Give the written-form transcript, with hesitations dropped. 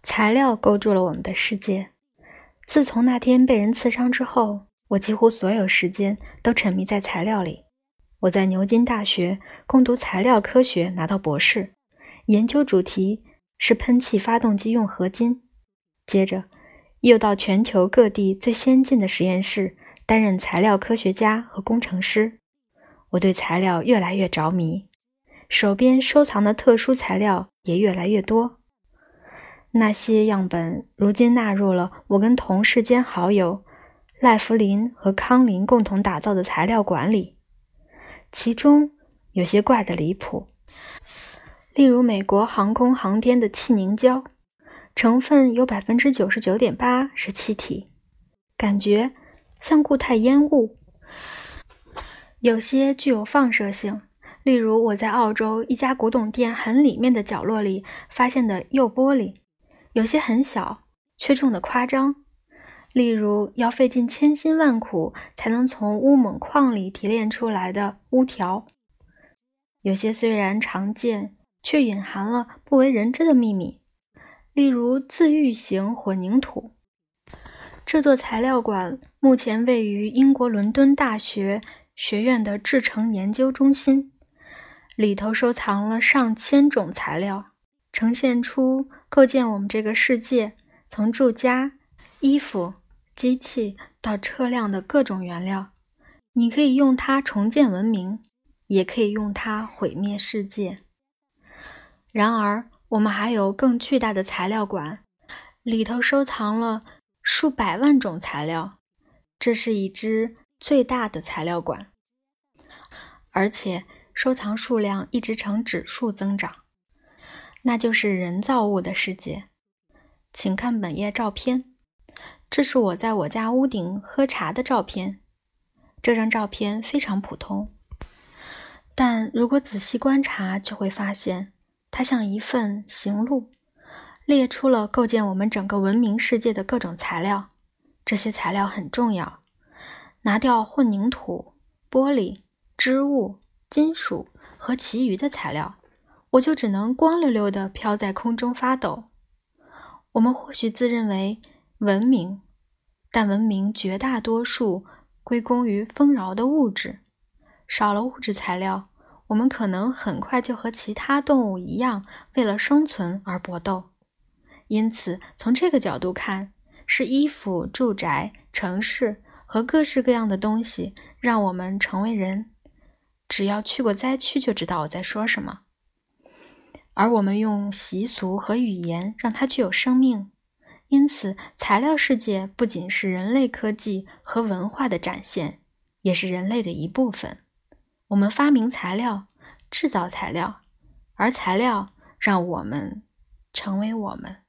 材料构筑了我们的世界。自从那天被人刺伤之后，我几乎所有时间都沉迷在材料里。我在牛津大学攻读材料科学，拿到博士，研究主题是喷气发动机用合金。接着又到全球各地最先进的实验室担任材料科学家和工程师。我对材料越来越着迷，手边收藏的特殊材料也越来越多。那些样本如今纳入了我跟同事兼好友赖弗林和康林共同打造的材料馆里，其中有些怪得离谱，例如美国航空航天的气凝胶，成分有 99.8% 是气体，感觉像固态烟雾。有些具有放射性，例如我在澳洲一家古董店很里面的角落里发现的釉玻璃，有些很小，却重得夸张，例如要费尽千辛万苦才能从乌锰矿里提炼出来的乌条。有些虽然常见，却隐含了不为人知的秘密，例如自愈型混凝土。这座材料馆目前位于英国伦敦大学学院的制成研究中心，里头收藏了上千种材料，呈现出构建我们这个世界，从住家、衣服、机器到车辆的各种原料。你可以用它重建文明，也可以用它毁灭世界。然而，我们还有更巨大的材料馆，里头收藏了数百万种材料，这是一支最大的材料馆，而且收藏数量一直呈指数增长。那就是人造物的世界。请看本页照片，这是我在我家屋顶喝茶的照片。这张照片非常普通，但如果仔细观察，就会发现它像一份行录，列出了构建我们整个文明世界的各种材料。这些材料很重要，拿掉混凝土、玻璃、织物、金属和其余的材料，我就只能光溜溜地飘在空中发抖。我们或许自认为文明，但文明绝大多数归功于丰饶的物质。少了物质材料，我们可能很快就和其他动物一样，为了生存而搏斗。因此，从这个角度看，是衣服、住宅、城市和各式各样的东西让我们成为人。只要去过灾区就知道我在说什么。而我们用习俗和语言让它具有生命。因此，材料世界不仅是人类科技和文化的展现，也是人类的一部分。我们发明材料，制造材料，而材料让我们成为我们。